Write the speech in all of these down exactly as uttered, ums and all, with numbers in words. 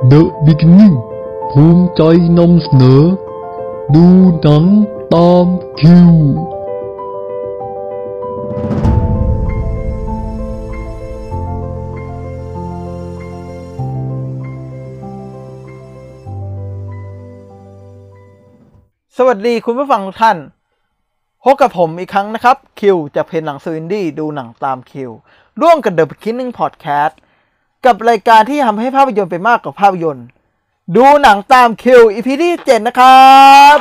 The Beginning ภูมิใจนำเสนอดูหนังตามคิวสวัสดีคุณผู้ฟังทุกท่านพบกับผมอีกครั้งนะครับคิวจากเพจหนังสืออินดี้ดูหนังตามคิวร่วมกับ The Beginning Podcast กับรายการที่ทำให้ภาพยนตร์เป็นมากกว่าภาพยนตร์ดูหนังตามคิว อี พี ที่เจ็ดนะครับ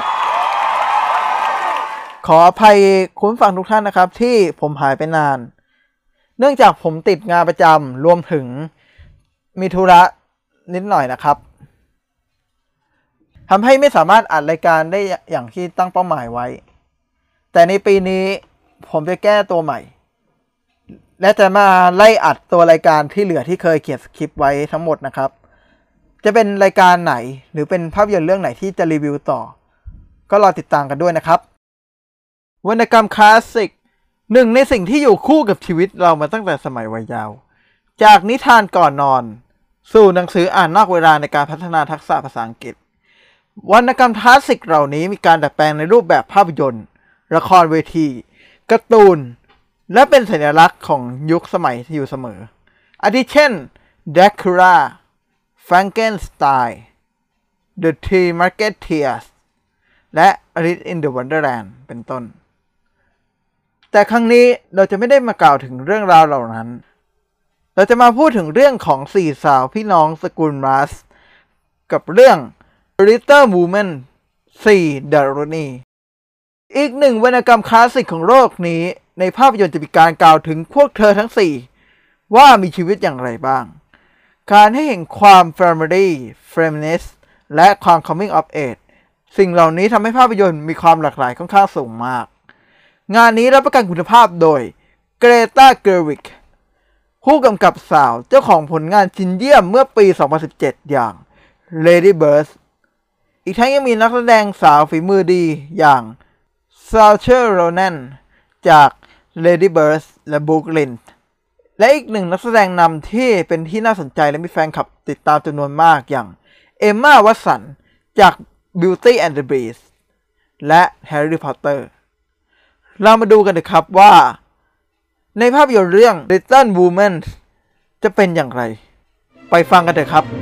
ขออภัยคุณผู้ฟังทุกท่านนะครับที่ผมหายไปนานเนื่องจากผมติดงานประจำรวมถึงมีธุระนิดหน่อยนะครับทำให้ไม่สามารถอัดรายการได้อย่างที่ตั้งเป้าหมายไว้แต่ในปีนี้ผมจะแก้ตัวใหม่และจะมาไล่อัดตัวรายการที่เหลือที่เคยเขียนสคริปต์ไว้ทั้งหมดนะครับจะเป็นรายการไหนหรือเป็นภาพยนตร์เรื่องไหนที่จะรีวิวต่อก็รอติดตามกันด้วยนะครับวรรณกรรมคลาสสิกหนึ่งในสิ่งที่อยู่คู่กับชีวิตเรามาตั้งแต่สมัยวัยเยาว์จากนิทานก่อนนอนสู่หนังสืออ่านนอกเวลาในการพัฒนาทักษะภาษาอังกฤษวรรณกรรมคลาสสิกเหล่านี้มีการดัดแปลงในรูปแบบภาพยนตร์ละครเวทีการ์ตูนและเป็นสัญลักษณ์ของยุคสมัยที่อยู่เสมออาทิเช่น Dracula Frankenstein The Three Musketeers และ Alice in the Wonderland เป็นต้นแต่ครั้งนี้เราจะไม่ได้มากล่าวถึงเรื่องราวเหล่านั้นเราจะมาพูดถึงเรื่องของสี่สาวพี่น้องสกุลรัสกับเรื่อง Little Women สี่ Daroni อีกหนึ่งวรรณกรรมคลาสสิกของโลกนี้ในภาพยนตร์จะมีการกล่าวถึงพวกเธอทั้งสี่ว่ามีชีวิตอย่างไรบ้างการให้เห็นความ Family Feminist และความ Coming of Age สิ่งเหล่านี้ทำให้ภาพยนตร์มีความหลากหลายค่อนข้างสูงมากงานนี้รับประกันคุณภาพโดยเกรตา เกอร์วิกผู้กำกับสาวเจ้าของผลงานชิ้นเยี่ยมเมื่อปี สองพันสิบเจ็ด อย่าง Lady Bird อีกทั้งยังมีนักแสดงสาวฝีมือดีอย่างซาเชอร์ โรแนนจาก Lady Bird และ Brooklyn และอีกหนึ่งนักแสดงนำที่เป็นที่น่าสนใจและมีแฟนคลับติดตามจำนวนมากอย่างเอมม่า วัตสันจาก Beauty and the Beast และ Harry Potter เรามาดูกันเลยครับว่าในภาพยนตร์เรื่อง Little Women จะเป็นอย่างไรไปฟังกันเถอะครับ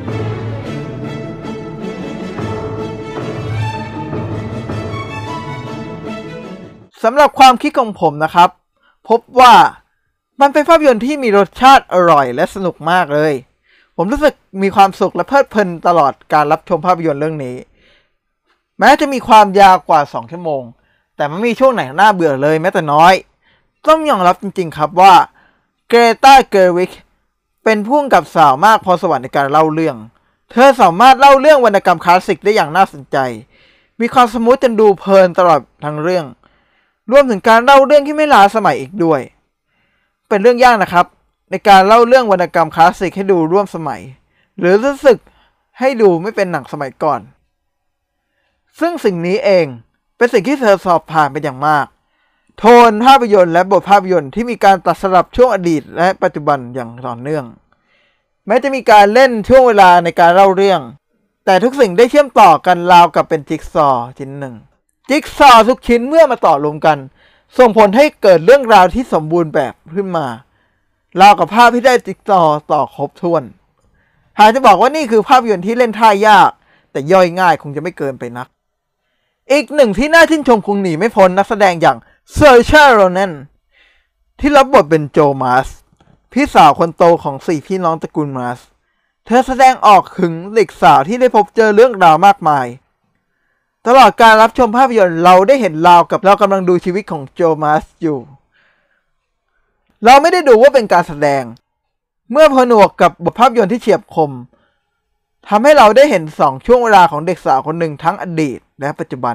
สำหรับความคิดของผมนะครับพบว่ามันเป็นภาพยนตร์ที่มีรสชาติอร่อยและสนุกมากเลยผมรู้สึกมีความสุขและเพลิดเพลินตลอดการรับชมภาพยนตร์เรื่องนี้แม้จะมีความยาวกว่าสองชั่วโมงแต่ไม่มีช่วงไหนน่าเบื่อเลยแม้แต่น้อยต้องยอมรับจริงๆครับว่าเกรตา เกอร์วิกเป็นผู้กำกับสาวมากพรสวรรค์ในการเล่าเรื่องเธอสามารถเล่าเรื่องวรรณกรรมคลาสสิกได้อย่างน่าสนใจมีความสมูทจนดูเพลินตลอดทั้งเรื่องรวมถึงการเล่าเรื่องที่ไม่ล้าสมัยอีกด้วยเป็นเรื่องยากนะครับในการเล่าเรื่องวรรณกรรมคลาสสิกให้ดูร่วมสมัยหรือรู้สึกให้ดูไม่เป็นหนังสมัยก่อนซึ่งสิ่งนี้เองเป็นสิ่งที่เธอสอบผ่านเป็นอย่างมากโทนภาพยนตร์และบทภาพยนตร์ที่มีการตัดสลับช่วงอดีตและปัจจุบันอย่างต่อเนื่องแม้จะมีการเล่นช่วงเวลาในการเล่าเรื่องแต่ทุกสิ่งได้เชื่อมต่อกันราวกับเป็นจิ๊กซอว์ชิ้นหนึ่งจิ๊กซอว์ทุกชิ้นเมื่อมาต่อรวมกันส่งผลให้เกิดเรื่องราวที่สมบูรณ์แบบขึ้นมาราวกับภาพที่ได้จิ๊กซอว์ต่อครบถ้วนหากจะบอกว่านี่คือภาพยนตร์ที่เล่นท่ายากแต่ย่อยง่ายคงจะไม่เกินไปนักอีกหนึ่งที่น่าชื่นชมคงหนีไม่พ้นนักแสดงอย่างซาเชอร์ โรแนนที่รับบทเป็นโจมาสพี่สาวคนโตของสี่พี่น้องตระกูลมาสเธอแสดงออกถึงเด็กสาวที่ได้พบเจอเรื่องราวมากมายตลอดการรับชมภาพยนตร์เราได้เห็นราวกับเรากำลังดูชีวิตของโจมาสอยู่เราไม่ได้ดูว่าเป็นการแสดงเมื่อผนวกกับบทภาพยนตร์ที่เฉียบคมทำให้เราได้เห็นสองช่วงเวลาของเด็กสาวคนหนึ่งทั้งอดีตและปัจจุบัน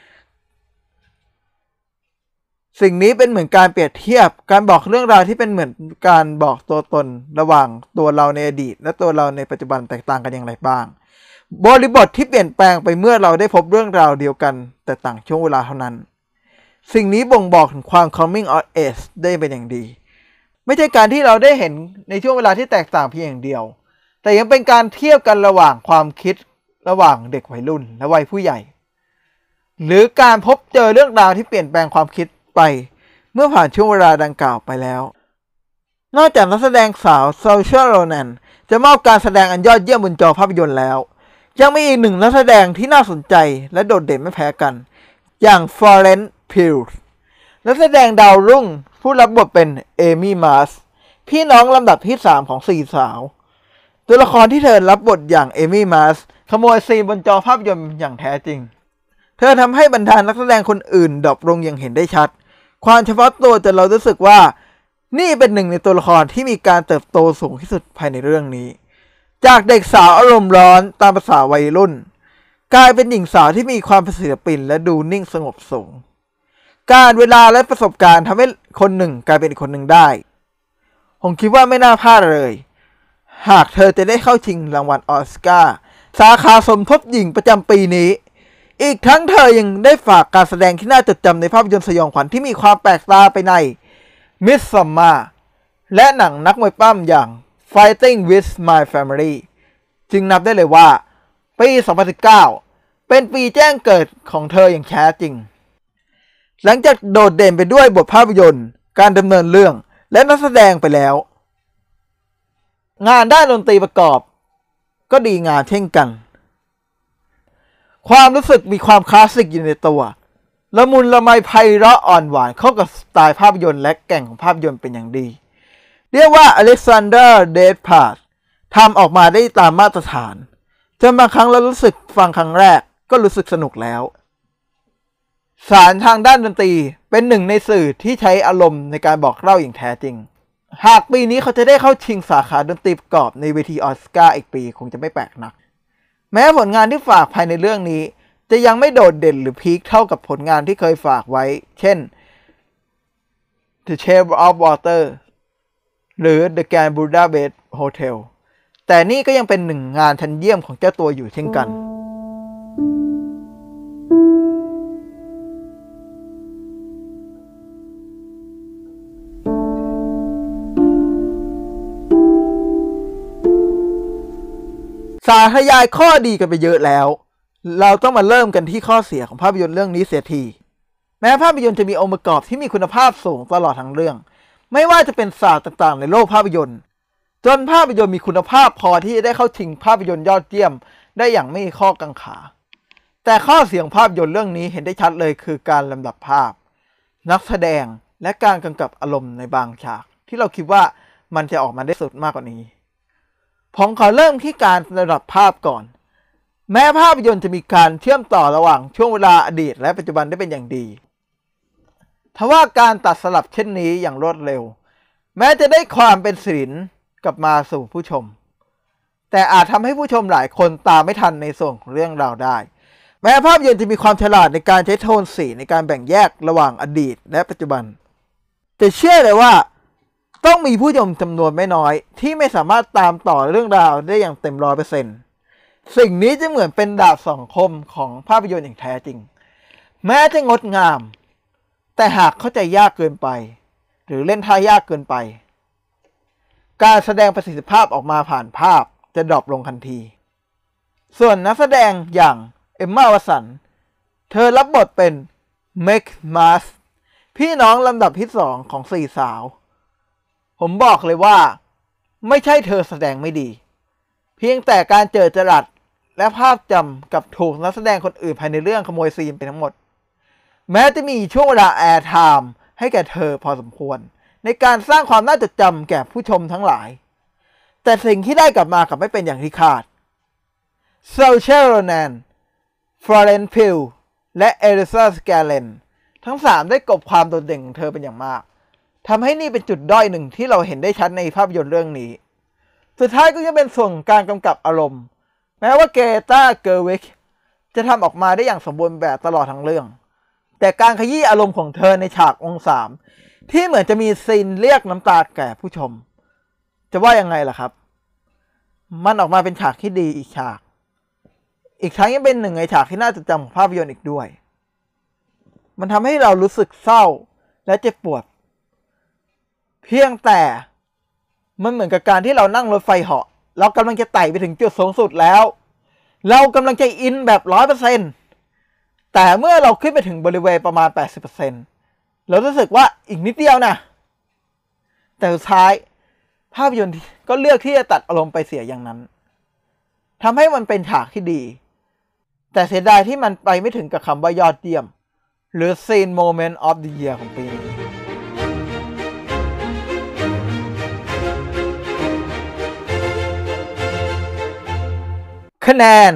สิ่งนี้เป็นเหมือนการเปรียบเทียบการบอกเรื่องราวที่เป็นเหมือนการบอกตัวตนระหว่างตัวเราในอดีตและตัวเราในปัจจุบันแตกต่างกันอย่างไรบ้างบริบทที่เปลี่ยนแปลงไปเมื่อเราได้พบเรื่องราวเดียวกันแต่ต่างช่วงเวลาเท่านั้นสิ่งนี้บ่งบอกถึงความ coming of age ได้เป็นอย่างดีไม่ใช่การที่เราได้เห็นในช่วงเวลาที่แตกต่างเพียงอย่างเดียวแต่ยังเป็นการเทียบกันระหว่างความคิดระหว่างเด็กวัยรุ่นและวัยผู้ใหญ่หรือการพบเจอเรื่องราวที่เปลี่ยนแปลงความคิดไปเมื่อผ่านช่วงเวลาดังกล่าวไปแล้วนอกจากนักแสดงสาวซาชา โรแนนจะมอบการแสดงอันยอดเยี่ยมบนจอภาพยนตร์แล้วยังมีอีกหนึ่งนักแสดงที่น่าสนใจและโดดเด่นไม่แพ้กันอย่างฟลอเรนซ์ พิลส์นักแสดงดาวรุ่งผู้รับบทเป็นเอมี่ มาร์สพี่น้องลำดับที่สามของสี่สาวตัวละครที่เธอรับบทอย่างเอมี่ มาร์สขโมยซีนบนจอภาพยนตร์อย่างแท้จริงเธอทำให้บรรดานักแสดงคนอื่นดรอปลงอย่างเห็นได้ชัดความเฉพาะตัวจนเรารู้สึกว่านี่เป็นหนึ่งในตัวละครที่มีการเติบโตสูงที่สุดภายในเรื่องนี้จากเด็กสาวอารมณ์ร้อนตามภาษาวัยรุ่นกลายเป็นหญิงสาวที่มีความเป็นศิลปินและดูนิ่งสงบสูงการเวลาและประสบการณ์ทำให้คนหนึ่งกลายเป็นอีกคนหนึ่งได้ผมคิดว่าไม่น่าพลาดเลยหากเธอจะได้เข้าชิงรางวัลออสการ์สาขาสมทบหญิงประจำปีนี้อีกทั้งเธอยังได้ฝากการแสดงที่น่าจดจำในภาพยนตร์สยองขวัญที่มีความแปลกตาไปใน Midsommar และหนังนักมวยปล้ำอย่าง Fighting with My Family จึงนับได้เลยว่าปี สองพันสิบเก้า เป็นปีแจ้งเกิดของเธออย่างแท้จริงหลังจากโดดเด่นไปด้วยบทภาพยนตร์การดำเนินเรื่องและนักแสดงไปแล้วงานด้านดนตรีประกอบก็ดีงามเช่นกันความรู้สึกมีความคลาสสิกอยู่ในตัวละมุนละไมไพเราะอ่อนหวานเข้ากับสไตล์ภาพยนตร์และแก่งของภาพยนตร์เป็นอย่างดีเรียกว่าอเล็กซานเดอร์ เดดพาร์ททำออกมาได้ตามมาตรฐานจนบางครั้งเรารู้สึกฟังครั้งแรกก็รู้สึกสนุกแล้วสารทางด้านดนตรีเป็นหนึ่งในสื่อที่ใช้อารมณ์ในการบอกเล่าอย่างแท้จริงหากปีนี้เขาจะได้เข้าชิงสาขาดนตรีประกอบในเวทีออสการ์อีกปีคงจะไม่แปลกนักแม้ผลงานที่ฝากภายในเรื่องนี้จะยังไม่โดดเด่นหรือพีคเท่ากับผลงานที่เคยฝากไว้เช่น The Shape of Water หรือ The Grand Budapest Hotel แต่นี่ก็ยังเป็นหนึ่งงานชั้นเยี่ยมของเจ้าตัวอยู่เช่นกันสาธยายข้อดีกันไปเยอะแล้วเราต้องมาเริ่มกันที่ข้อเสียของภาพยนตร์เรื่องนี้เสียทีแม้ภาพยนตร์จะมีองค์ประกอบที่มีคุณภาพสูงตลอดทั้งเรื่องไม่ว่าจะเป็นศาสตร์ต่างๆในโลกภาพยนตร์จนภาพยนตร์มีคุณภาพพอที่จะได้เข้าชิงภาพยนตร์ยอดเยี่ยมได้อย่างไม่มีข้อกังขาแต่ข้อเสียของภาพยนตร์เรื่องนี้เห็นได้ชัดเลยคือการลำดับภาพนักแสดงและการกำกับอารมณ์ในบางฉากที่เราคิดว่ามันจะออกมาได้สุดมากกว่านี้ผมขอเริ่มที่การระดับภาพก่อนแม้ภาพยนตร์จะมีการเชื่อมต่อระหว่างช่วงเวลาอดีตและปัจจุบันได้เป็นอย่างดีทว่าการตัดสลับเช่นนี้อย่างรวดเร็วแม้จะได้ความเป็นศิลป์กลับมาสู่ผู้ชมแต่อาจทำให้ผู้ชมหลายคนตามไม่ทันในส่วนของเรื่องราวได้แม้ภาพยนตร์จะมีความฉลาดในการใช้โทนสีในการแบ่งแยกระหว่างอดีตและปัจจุบันแต่เชื่อเลยว่าต้องมีผู้ชมจำนวนไม่น้อยที่ไม่สามารถตามต่อเรื่องราวได้อย่างเต็มร้อยเปอร์เซ็นต์สิ่งนี้จะเหมือนเป็นดาบสองคมของภาพยนตร์อย่างแท้จริงแม้จะงดงามแต่หากเข้าใจยากเกินไปหรือเล่นท่ายากเกินไปการแสดงประสิทธิภาพออกมาผ่านภาพจะดรอปลงทันทีส่วนนักแสดงอย่างเอมม่า วัตสันเธอรับบทเป็นเมก มาร์สพี่น้องลำดับที่สองของสี่สาวผมบอกเลยว่าไม่ใช่เธอแสดงไม่ดีเพียงแต่การเจอจรัสและภาพจำกับถูกนักแสดงคนอื่นภายในเรื่องขโมยซีนไปทั้งหมดแม้จะมีช่วงเวลาแอร์ไทม์ให้แก่เธอพอสมควรในการสร้างความน่าจดจำแก่ผู้ชมทั้งหลายแต่สิ่งที่ได้กลับมากลับไม่เป็นอย่างที่คาดซาชา โรแนน ฟลอเรนซ์ พิลส์และเอลิซา สแกเลนทั้งสามได้กลบความโดดเด่นของเธอเป็นอย่างมากทำให้นี่เป็นจุดด้อยหนึ่งที่เราเห็นได้ชัดในภาพยนตร์เรื่องนี้สุดท้ายก็จะเป็นส่วนการกำกับอารมณ์แม้ว่าเกตา เกอร์วิกจะทำออกมาได้อย่างสมบูรณ์แบบตลอดทั้งเรื่องแต่การขยี้อารมณ์ของเธอในฉากองค์สามที่เหมือนจะมีซีนเรียกน้ำตาแก่ผู้ชมจะว่ายังไงล่ะครับมันออกมาเป็นฉากที่ดีอีกฉากอีกทั้งยังเป็นหนึ่งในฉากที่น่าจดจำของภาพยนตร์อีกด้วยมันทำให้เรารู้สึกเศร้าและเจ็บปวดเพียงแต่มันเหมือนกับการที่เรานั่งรถไฟเหาะเรากำลังจะไต่ไปถึงจุดสูงสุดแล้วเรากำลังจะอินแบบ ร้อยเปอร์เซ็นต์ แต่เมื่อเราขึ้นไปถึงบริเวณประมาณ แปดสิบเปอร์เซ็นต์ เรารู้สึกว่าอีกนิดเดียวนะแต่สุดท้ายภาพยนตร์ก็เลือกที่จะตัดอารมณ์ไปเสียอย่างนั้นทำให้มันเป็นฉากที่ดีแต่เสียดายที่มันไปไม่ถึงกับคำว่ายอดเยี่ยมหรือ Scene Moment of the Year ของปีนี้คะแนน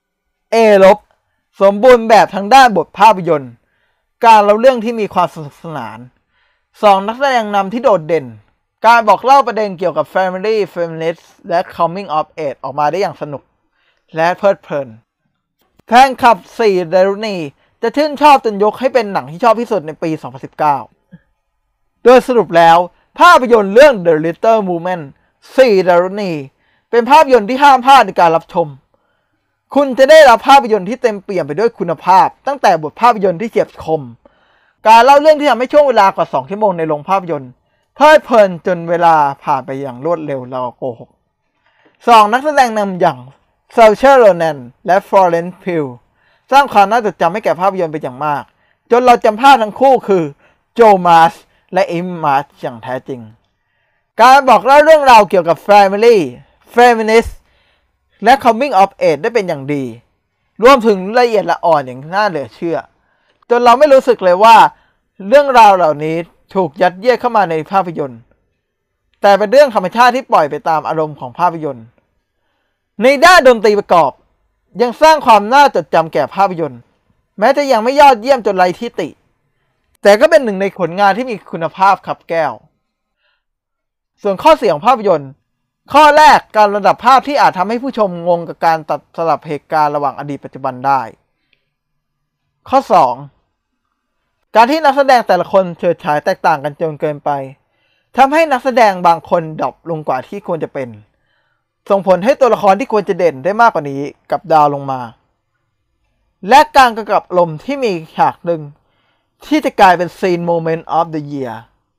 A ลบสมบูรณ์แบบทั้งด้านบทภาพยนตร์การเล่าเรื่องที่มีความสนุกสนานสองนักแสดงนำที่โดดเด่นการบอกเล่าประเด็นเกี่ยวกับ Family Feminist และ Coming of Age ออกมาได้อย่างสนุกและเพลิดเพลินแฟนคลับสี่ดารุณีจะชื่นชอบจนยกให้เป็นหนังที่ชอบที่สุดในปี สองพันสิบเก้า โดยสรุปแล้วภาพยนตร์เรื่อง The Little Women สี่ดารุณีเป็นภาพยนตร์ที่ห้ามพลาดในการรับชมคุณจะได้รับภาพยนตร์ที่เต็มเปี่ยมไปด้วยคุณภาพตั้งแต่บทภาพยนตร์ที่เฉียบคมการเล่าเรื่องที่ทำให้ช่วงเวลากว่าสองชั่วโมงในโรงภาพยนตร์เพลิดเพลินจนเวลาผ่านไปอย่างรวดเร็วเราโกหกสองนักแสดงนำอย่างซาเชอร์โรแนนและฟลอเรนซ์พิลสร้างความน่าจดจำให้แก่ภาพยนตร์เป็นอย่างมากจนเราจำภาพทั้งคู่คือโจมาสและเอมมาสอย่างแท้จริงการบอกเล่าเรื่องราวเกี่ยวกับ Family Feminist และ Coming of Age ได้เป็นอย่างดีรวมถึงละเอียดละอ่อนอย่างน่าเหลือเชื่อจนเราไม่รู้สึกเลยว่าเรื่องราวเหล่านี้ถูกยัดเยียดเข้ามาในภาพยนตร์แต่เป็นเรื่องธรรมชาติที่ปล่อยไปตามอารมณ์ของภาพยนตร์ในด้านดนตรีประกอบยังสร้างความน่าจดจำแก่ภาพยนตร์แม้จะยังไม่ยอดเยี่ยมจนไร้ที่ติแต่ก็เป็นหนึ่งในผลงานที่มีคุณภาพขับแก้วส่วนข้อเสียของภาพยนตร์ข้อแรกการระดับภาพที่อาจทำให้ผู้ชมงงกับการตัดสลับเหตุการณ์ระหว่างอดีตปัจจุบันได้ข้อสองการที่นักแสดงแต่ละคนเฉิดฉายแตกต่างกันจนเกินไปทำให้นักแสดงบางคนดรอปลงกว่าที่ควรจะเป็นส่งผลให้ตัวละครที่ควรจะเด่นได้มากกว่านี้กับดาวลงมาและการกำกับลมที่มีฉากหนึ่งที่จะกลายเป็น Scene Moment of the Year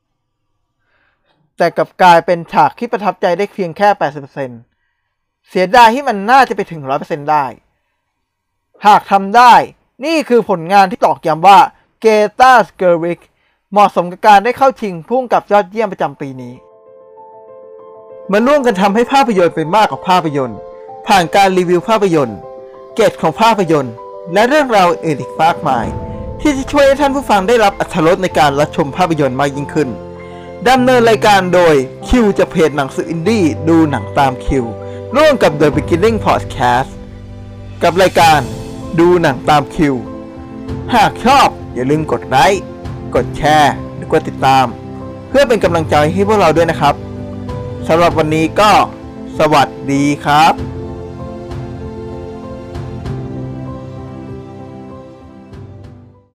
แต่กลับกลายเป็นฉากที่ประทับใจได้เพียงแค่ แปดสิบเปอร์เซ็นต์ เสียดายที่มันน่าจะไปถึง ร้อยเปอร์เซ็นต์ ได้หากทำได้นี่คือผลงานที่ตอกย้ำว่าเกตา สเกอร์วิกเหมาะสมกับการได้เข้าชิงผู้กำกับยอดเยี่ยมประจำปีนี้มาร่วมกันทำให้ภาพยนตร์เป็นมากกว่าภาพยนตร์ผ่านการรีวิวภาพยนตร์เกร็ดของภาพยนตร์และเรื่องราวอื่นอีกมากมายที่จะช่วยให้ท่านผู้ฟังได้รับอรรถรสในการรับชมภาพยนตร์มากยิ่งขึ้นดำเนินรายการโดยคิวจากเพจหนังสืออินดี้ดูหนังตามคิวร่วมกับ The Beginning Podcast กับรายการดูหนังตามคิวหากชอบอย่าลืมกดไลค์กดแชร์หรือกดติดตามเพื่อเป็นกำลังใจให้พวกเราด้วยนะครับสำหรับวันนี้ก็สวัสดีครับ